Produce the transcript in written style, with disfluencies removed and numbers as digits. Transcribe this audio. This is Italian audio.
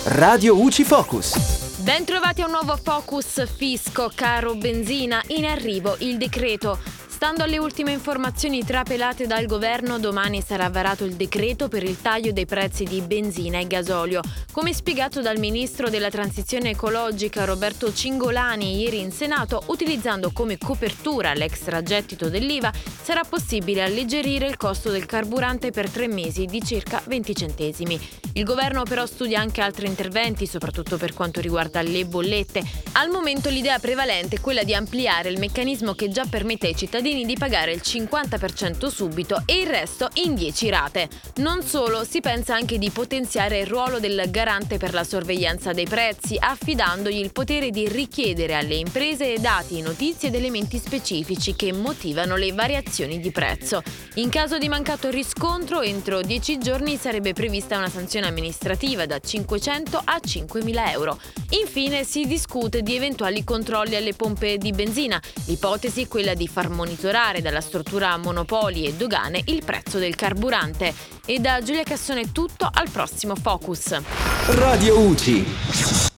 Radio UCI Focus. Bentrovati a un nuovo Focus Fisco, caro benzina, in arrivo il decreto. Stando alle ultime informazioni trapelate dal governo, domani sarà varato il decreto per il taglio dei prezzi di benzina e gasolio. Come spiegato dal ministro della transizione ecologica Roberto Cingolani ieri in Senato, utilizzando come copertura l'extragettito dell'IVA, sarà possibile alleggerire il costo del carburante per 3 mesi di circa 20 centesimi. Il governo però studia anche altri interventi, soprattutto per quanto riguarda le bollette. Al momento l'idea prevalente è quella di ampliare il meccanismo che già permette ai cittadini di pagare il 50% subito e il resto in 10 rate. Non solo, si pensa anche di potenziare il ruolo del garante per la sorveglianza dei prezzi, affidandogli il potere di richiedere alle imprese dati, notizie ed elementi specifici che motivano le variazioni di prezzo. In caso di mancato riscontro, entro 10 giorni sarebbe prevista una sanzione amministrativa da 500 a 5.000 euro. Infine si discute di eventuali controlli alle pompe di benzina. L'ipotesi è quella di far monitorare dalla struttura monopoli e dogane il prezzo del carburante. E da Giulia Cassone è tutto, al prossimo Focus. Radio UCI.